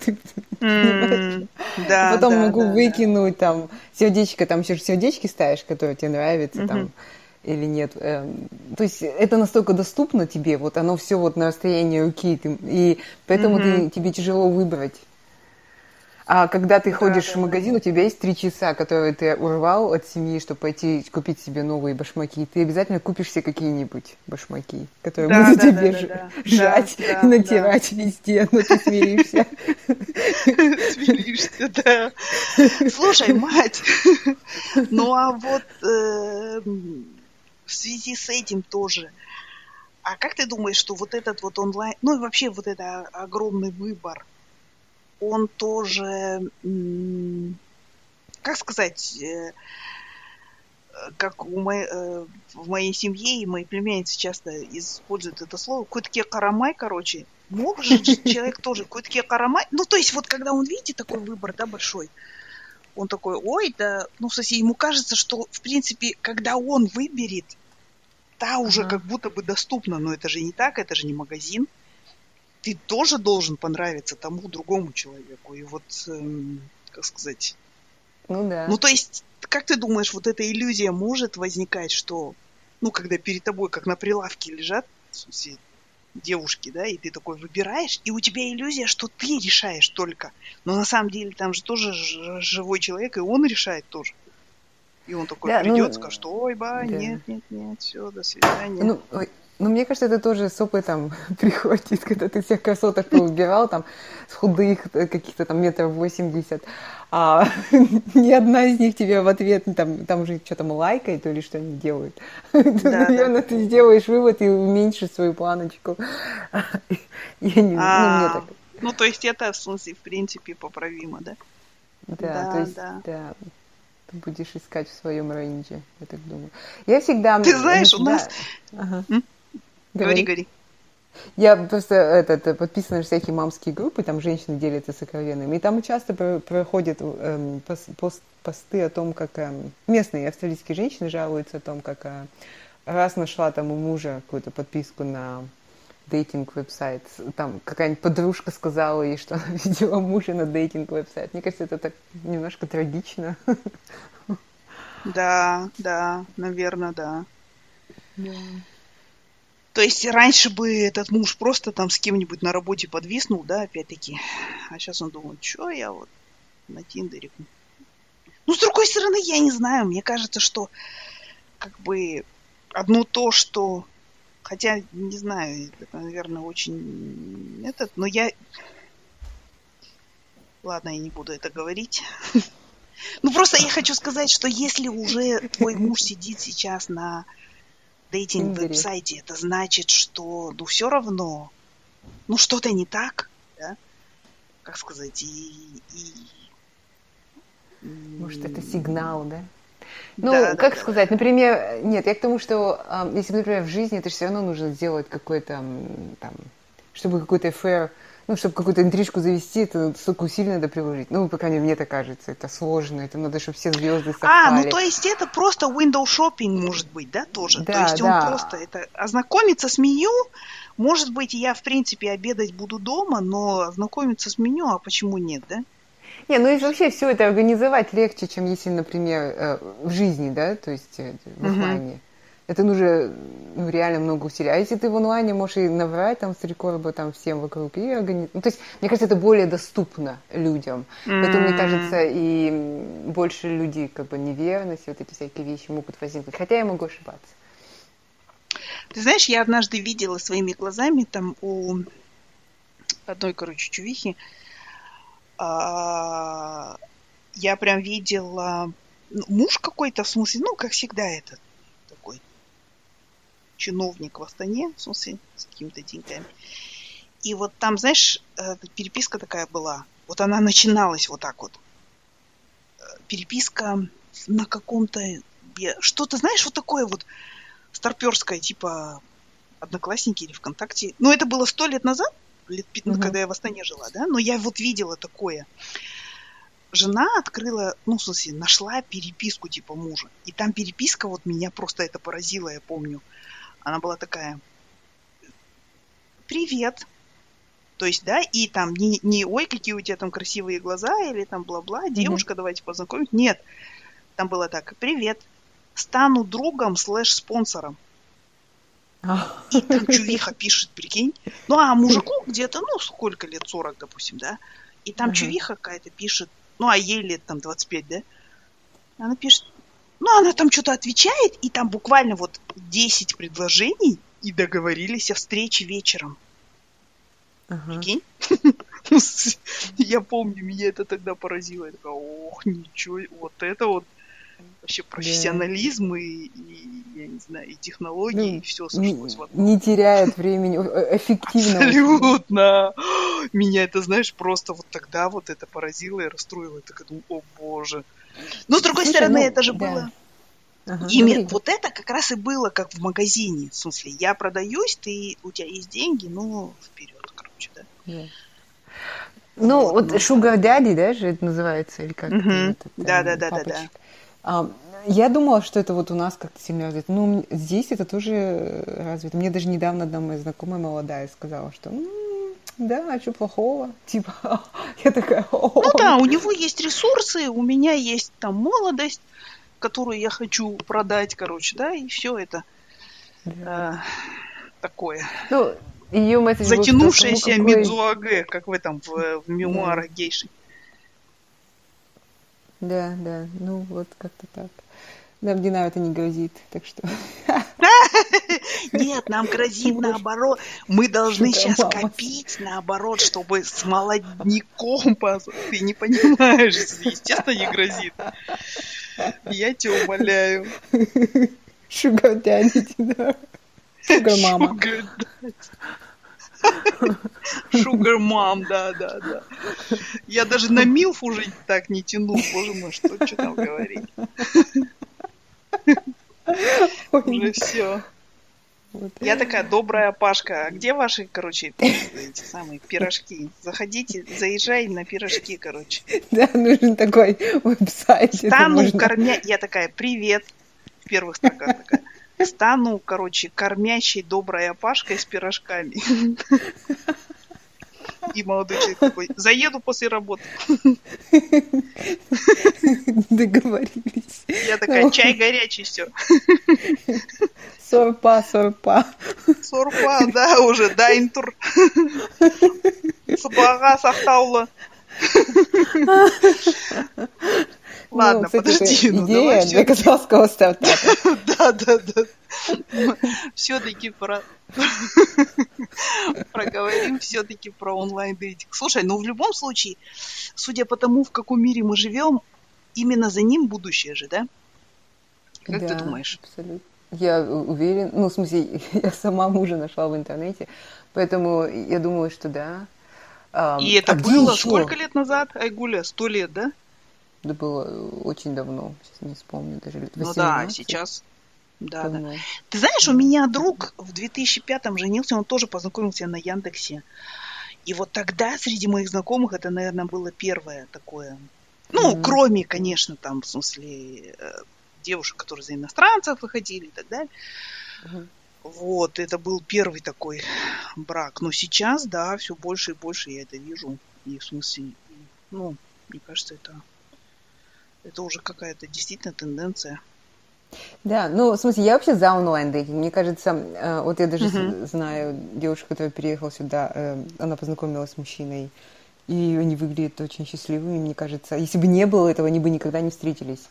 Speaker 2: Потом могу выкинуть там сердечко, там еще сердечки ставишь, которые тебе нравятся там или нет. То есть это настолько доступно тебе, вот оно все вот на расстоянии руки, и поэтому тебе тяжело выбрать. А когда ты
Speaker 1: Да,
Speaker 2: ходишь в
Speaker 1: да, да.
Speaker 2: магазин, у тебя есть 3 часа, которые ты урвал от семьи, чтобы пойти купить себе новые башмаки. Ты обязательно купишь себе какие-нибудь башмаки, которые
Speaker 1: Да,
Speaker 2: будут
Speaker 1: да, да,
Speaker 2: тебе
Speaker 1: да, да, да,
Speaker 2: жать и
Speaker 1: да, да.
Speaker 2: натирать везде, но ты смиришься.
Speaker 1: Смиришься, да. Слушай, мать, ну а вот в связи с этим тоже, а как ты думаешь, что вот этот вот онлайн, ну и вообще вот это огромный выбор, он тоже, как сказать, как в моей семье и моей племянницы часто используют это слово, кутке карамай, короче, может же человек тоже кутке карамай, ну то есть вот когда он видит такой выбор, да, большой, он такой, ой, да, ну, в смысле, ему кажется, что, в принципе, когда он выберет, та уже
Speaker 2: Ага.
Speaker 1: как будто бы доступна, но это же не так, это же не магазин. Ты тоже должен понравиться тому другому человеку. И вот, как сказать,
Speaker 2: Ну
Speaker 1: ну,
Speaker 2: да.
Speaker 1: то есть, как ты думаешь, вот эта иллюзия может возникать, что, ну, когда перед тобой, как на прилавке лежат, в смысле, девушки, да, и ты такой выбираешь, и у тебя иллюзия, что ты решаешь только. Но на самом деле там же тоже живой человек, и он решает тоже. И он такой
Speaker 2: Да,
Speaker 1: придет,
Speaker 2: ну,
Speaker 1: скажет, ой, ба,
Speaker 2: да.
Speaker 1: нет, нет, нет, все, до свидания.
Speaker 2: Ну, ой, ну, мне кажется, это тоже с опытом приходит, когда ты всех красоток поубирал, там, с худых каких-то там 1,80 м, а ни одна из них тебе в ответ, там же что-то лайкает или что-нибудь делает.
Speaker 1: Да, да,
Speaker 2: Наверное,
Speaker 1: да.
Speaker 2: ты сделаешь вывод и уменьшишь свою планочку. Я не, ну, мне так,
Speaker 1: Ну, то есть это, в смысле, в принципе, поправимо, да?
Speaker 2: да, то
Speaker 1: Да,
Speaker 2: есть,
Speaker 1: да.
Speaker 2: да, ты будешь искать в своем рейнже, я так думаю. Я всегда,
Speaker 1: Ты
Speaker 2: не
Speaker 1: знаешь, у нас...
Speaker 2: всегда, ага,
Speaker 1: М? Говори,
Speaker 2: говори.
Speaker 1: говори.
Speaker 2: Я просто подписана на всякие мамские группы, там женщины делятся сокровенными, и там часто проходят посты о том, как местные австралийские женщины жалуются о том, как раз нашла там у мужа какую-то подписку на дейтинг-веб-сайт, там какая-нибудь подружка сказала ей, что она видела мужа на дейтинг-веб-сайт. Мне кажется, это так немножко трагично.
Speaker 1: Да, да, наверное, да.
Speaker 2: Да.
Speaker 1: То есть раньше бы этот муж просто там с кем-нибудь на работе подвиснул, да, опять-таки. А сейчас он думает, что я вот на Тиндере. Ну, с другой стороны, я не знаю. Мне кажется, что как бы одно то, что... Хотя, не знаю, это, наверное, очень... Этот, но я... Ладно, я не буду это говорить. Ну, просто я хочу сказать, что если уже твой муж сидит сейчас на
Speaker 2: В Тиндере.
Speaker 1: дейтинг-веб-сайте, это значит, что, ну, все равно, ну, что-то не так, да? Как сказать,
Speaker 2: Может, это сигнал, да?
Speaker 1: да,
Speaker 2: Ну,
Speaker 1: да,
Speaker 2: как
Speaker 1: да, да.
Speaker 2: сказать, например, нет, я к тому, что если, например, в жизни, это же все равно нужно сделать какой-то, там, чтобы какой-то fair, ну, чтобы какую-то интрижку завести, это столько усилий надо приложить. Ну, по крайней мере, мне так кажется, это сложно, это надо, чтобы все звезды
Speaker 1: Ну
Speaker 2: совпали.
Speaker 1: то есть это просто window shopping может быть, да, тоже. То
Speaker 2: Да,
Speaker 1: есть он просто
Speaker 2: да.
Speaker 1: это ознакомиться с меню. Может быть, я, в принципе, обедать буду дома, но ознакомиться с меню, а почему нет, да?
Speaker 2: Не, ну и вообще все это организовать легче, чем если, например, в жизни, да, то есть в
Speaker 1: Угу.
Speaker 2: офлайне. Это нужно ну, реально много усилий. А если ты в онлайне можешь и наврать там с рекорда там всем вокруг и организовать. Ну, то есть, мне кажется, это более доступно людям. Поэтому, мне кажется, и больше людей как бы неверности, вот эти всякие вещи могут возникнуть. Хотя я могу ошибаться.
Speaker 1: Ты знаешь, я однажды видела своими глазами там у одной, короче, чувихи, а, я прям видела муж какой-то, в смысле, ну, как всегда, этот такой чиновник в Астане, в смысле, с какими-то деньгами. И вот там, знаешь, переписка такая была. Вот она начиналась вот так вот. Переписка на каком-то... Что-то, знаешь, вот такое вот старперское, типа Одноклассники или ВКонтакте. Ну, это было 100 лет назад,
Speaker 2: Мгм.
Speaker 1: когда я в Астане жила, да, но я вот видела такое. Жена открыла, ну, в смысле, нашла переписку типа мужа. И там переписка, вот меня просто это поразило, я помню. Она была такая: привет. То есть, да, и там не ой, какие у тебя там красивые глаза, или там бла-бла,
Speaker 2: Мгм.
Speaker 1: девушка, давайте познакомить. Нет, там было так: привет, стану другом /спонсором.
Speaker 2: А.
Speaker 1: И там чувиха пишет, прикинь. Ну, а мужику где-то, ну, сколько лет, 40, допустим, да. И там чувиха какая-то пишет, ну, а ей лет там 25, да? Она пишет, ну, она там что-то отвечает, и там буквально вот 10 предложений, и договорились о встрече вечером. Прикинь? Я помню, меня это тогда поразило. Я такая, ох, ничего, вот это вот вообще профессионализм и я не знаю, и технологии, и все сошлось в одном.
Speaker 2: Не теряет времени, эффективно.
Speaker 1: Абсолютно. Меня это, знаешь, просто вот тогда вот это поразило и расстроило. Я такая думаю, о боже. Но, с другой стороны, это же было... Именно вот это как раз и было как в магазине. В смысле, я продаюсь, у тебя есть деньги, ну, вперед, короче, да.
Speaker 2: Ну, вот Sugar Daddy, да, же это называется, или как это?
Speaker 1: Да.
Speaker 2: Я думала, что это вот у нас как-то сильно развито. Ну, здесь это тоже развито. Мне даже недавно одна моя знакомая молодая сказала, что да, а что плохого? Типа, я такая...
Speaker 1: Ну да, у него есть ресурсы, у меня есть там молодость, которую я хочу продать, короче, да, и все это такое.
Speaker 2: Ну, ее месседж был,
Speaker 1: затянувшаяся мидзуаге, как в этом, в мемуарах гейши.
Speaker 2: Да, ну вот как-то так. Нам Динам это не грозит, так что...
Speaker 1: Нет, нам грозит наоборот. Мы должны сейчас копить наоборот, чтобы с молодняком... Ты не понимаешь, естественно, не грозит. Я тебя умоляю.
Speaker 2: Sugar Daddy, да. Sugar Mama.
Speaker 1: Sugar Mom, да. Я даже на Милф уже так не тяну. Боже мой, что там говорить. Уже все. Я такая добрая Пашка. А где ваши, короче, эти самые пирожки? Заходите, заезжай на пирожки, короче.
Speaker 2: Да, нужен такой веб-сайт.
Speaker 1: Стану кормять. Я такая, привет. В первых строках такая. Стану, короче, кормящей добрая Пашкой с пирожками. И молодой человек такой, заеду после работы.
Speaker 2: Договорились.
Speaker 1: Я такая, чай горячий, все.
Speaker 2: Сорпа.
Speaker 1: Сорпа, да, уже, дайнтур. Сабага сахтаула. Ладно, подожди.
Speaker 2: Идея для казахского стартапа.
Speaker 1: Да. Все-таки проговорим все-таки про онлайн-дейтинг. Слушай, ну в любом случае, судя по тому, в каком мире мы живем, именно за ним будущее же, да? Как ты думаешь?
Speaker 2: Абсолютно. Я уверен, ну, в смысле, я сама мужа нашла в интернете, поэтому я думаю, что да.
Speaker 1: И это было сколько лет назад, Айгуля? 100 лет, да?
Speaker 2: Это было очень давно, сейчас не вспомню, даже лет 18.
Speaker 1: Ну да, сейчас. Да. Ты знаешь, у меня друг в 2005-м женился, он тоже познакомился на Яндексе. И вот тогда среди моих знакомых это, наверное, было первое такое. Ну, кроме, конечно, там, в смысле, девушек, которые за иностранцев выходили и так далее. Вот, это был первый такой брак. Но сейчас, да, все больше и больше я это вижу. И в смысле, ну, мне кажется, это уже какая-то действительно тенденция.
Speaker 2: Да, ну, в смысле, я вообще за онлайн-дейтинг. Мне кажется, вот я даже знаю девушку, которая переехала сюда, она познакомилась с мужчиной, и они выглядят очень счастливыми, мне кажется. Если бы не было этого, они бы никогда не встретились.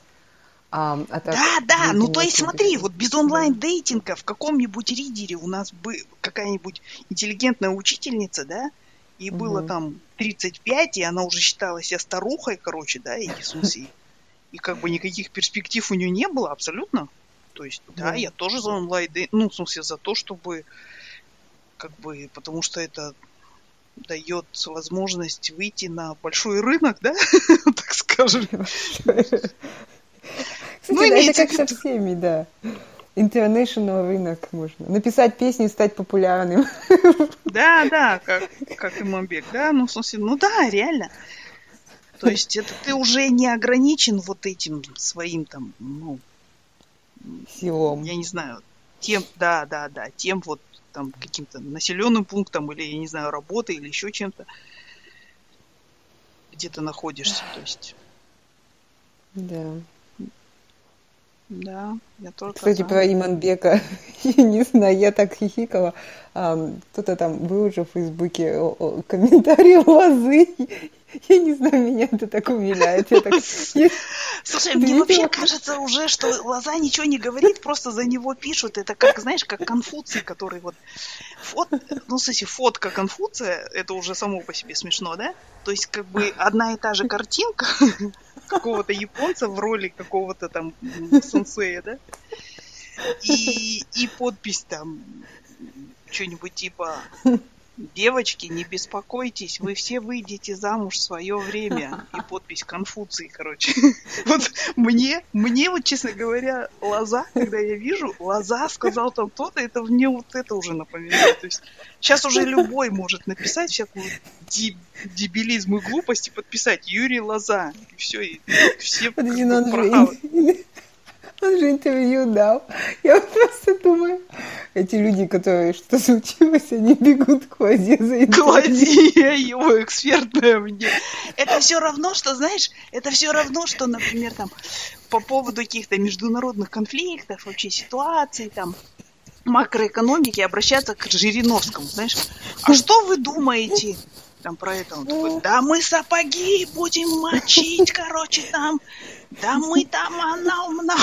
Speaker 1: Да, ну то есть смотри, вот без онлайн-дейтинга в каком-нибудь ридере у нас бы какая-нибудь интеллигентная учительница, да, и было там 35, и она уже считала себя старухой, короче, да, и в смысле... И как бы никаких перспектив у нее не было абсолютно. То есть, да, я тоже за онлайн, ну, в смысле, за то, чтобы, как бы, потому что это дает возможность выйти на большой рынок, да, так скажем.
Speaker 2: Кстати, ну, это как со всеми, да. International рынок можно. Написать песню и стать популярным.
Speaker 1: Да, как Имамбек, да, ну, в смысле, ну да, реально. То есть это ты уже не ограничен вот этим своим там, ну,
Speaker 2: силом.
Speaker 1: Я не знаю, тем, да, тем вот там каким-то населенным пунктом или, я не знаю, работой или еще чем-то, где ты находишься, то есть.
Speaker 2: Да.
Speaker 1: Да, я только
Speaker 2: Кстати,
Speaker 1: за.
Speaker 2: про Иманбека, я не знаю, я так хихикала. Кто-то там выложил в Фейсбуке комментарий Лозы. Я не знаю, меня это так умиляет.
Speaker 1: Слушай,
Speaker 2: Ты
Speaker 1: мне вообще
Speaker 2: видела?
Speaker 1: кажется уже, что Лоза ничего не говорит, просто за него пишут. Это как, знаешь, как Конфуций, который вот... Ну, в смысле, фотка Конфуция, это уже само по себе смешно, да? То есть, как бы, одна и та же картинка какого-то японца в роли какого-то там сенсея, да? И подпись там что-нибудь типа: девочки, не беспокойтесь, вы все выйдете замуж в свое время. И подпись Конфуций, короче. Вот мне вот, честно говоря, Лоза, когда я вижу, Лоза сказал там то-то, это мне вот это уже напоминает. То есть сейчас уже любой может написать всякую дебилизм и глупость и подписать Юрий Лоза. И все, и все как
Speaker 2: Подожди,
Speaker 1: бы прохавают.
Speaker 2: Он же интервью дал. Я вот просто думаю, эти люди, которые что случилось, они бегут к Лозе за интервью.
Speaker 1: Клади его экспертное мнение. Это все равно, что, знаешь, это все равно, что, например, там, по поводу каких-то международных конфликтов, вообще ситуаций, там, макроэкономики обращаться к Жириновскому, знаешь. А что вы думаете там про это? Он такой: да мы сапоги будем мочить, короче, там, да мы там она.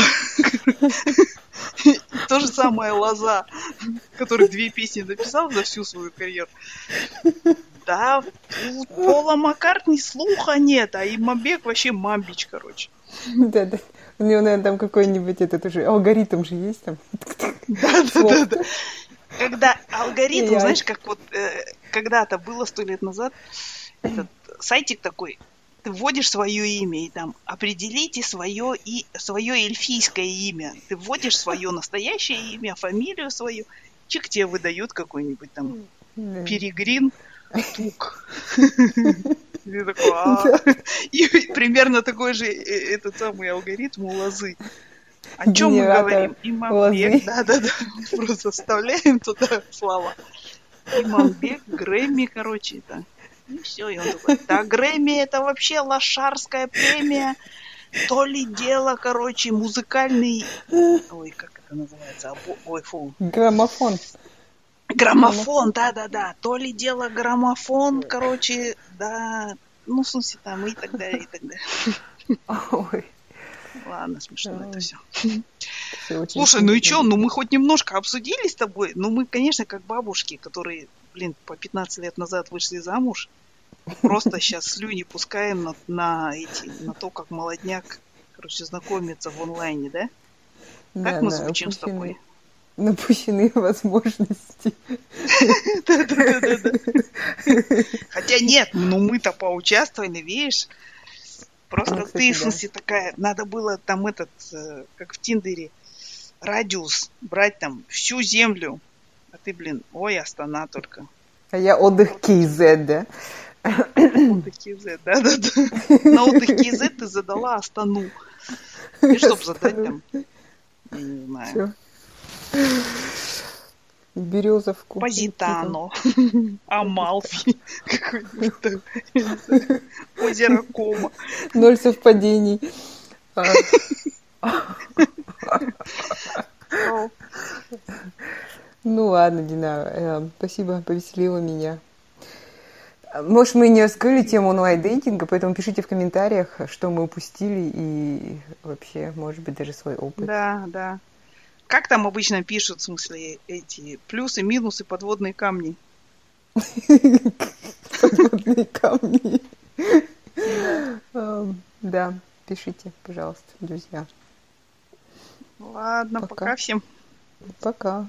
Speaker 1: То же самое Лоза, который 2 песни написал за всю свою карьеру. Да, у Пола Маккартни слуха нет, а Иманбек вообще мамбич, короче.
Speaker 2: Да. У него, наверное, там какой-нибудь этот уже алгоритм же есть там.
Speaker 1: Да. Когда алгоритм, знаешь, как вот когда-то было 100 лет назад, этот сайтик такой, ты вводишь свое имя и там определите свое эльфийское имя. Ты вводишь свое настоящее имя, фамилию свою, чик тебе выдают какой-нибудь там Перегрин Тук. И такой, и примерно такой же этот самый алгоритм у Лозы. О чем мы говорим? Иманбек. Да. Просто вставляем туда слова. Иманбек, Грэмми, короче, да. И все, и он такой: да, Грэмми это вообще лошарская премия. То ли дело, короче, музыкальный... Ой, как это называется? Ой, фу.
Speaker 2: Граммофон.
Speaker 1: Граммофон, да. То ли дело граммофон, короче, да. Ну, в смысле, там и так далее, и так далее.
Speaker 2: Ой.
Speaker 1: Ладно, смешно это все.
Speaker 2: Слушай,
Speaker 1: ну и что? Ну мы хоть немножко обсудили с тобой. Ну мы, конечно, как бабушки, которые, по 15 лет назад вышли замуж, просто сейчас слюни пускаем на то, как молодняк, короче, знакомится в онлайне, да? Как мы звучим с тобой?
Speaker 2: Напущенные возможности.
Speaker 1: Да. Хотя нет, ну мы-то поучаствовали, видишь? Просто ты, в смысле, такая, надо было там как в Тиндере, радиус брать там всю землю. А ты, ой, Астана только.
Speaker 2: А я отдых КЗ, да?
Speaker 1: Отдых КЗ, да. На отдых КЗ ты задала Астану. И чтоб задать там, я не знаю.
Speaker 2: Березовку.
Speaker 1: Позитано. Амалфи. Какой-нибудь озеро Кома.
Speaker 2: 0 совпадений. Ну ладно, Дина, спасибо, повеселила меня. Может, мы не раскрыли тему онлайн-дейтинга, поэтому пишите в комментариях, что мы упустили, и вообще, может быть, даже свой опыт.
Speaker 1: Да. Как там обычно пишут, в смысле, эти плюсы, минусы, подводные камни?
Speaker 2: Подводные камни. Да, пишите, пожалуйста, друзья.
Speaker 1: Ладно, пока всем.
Speaker 2: Пока.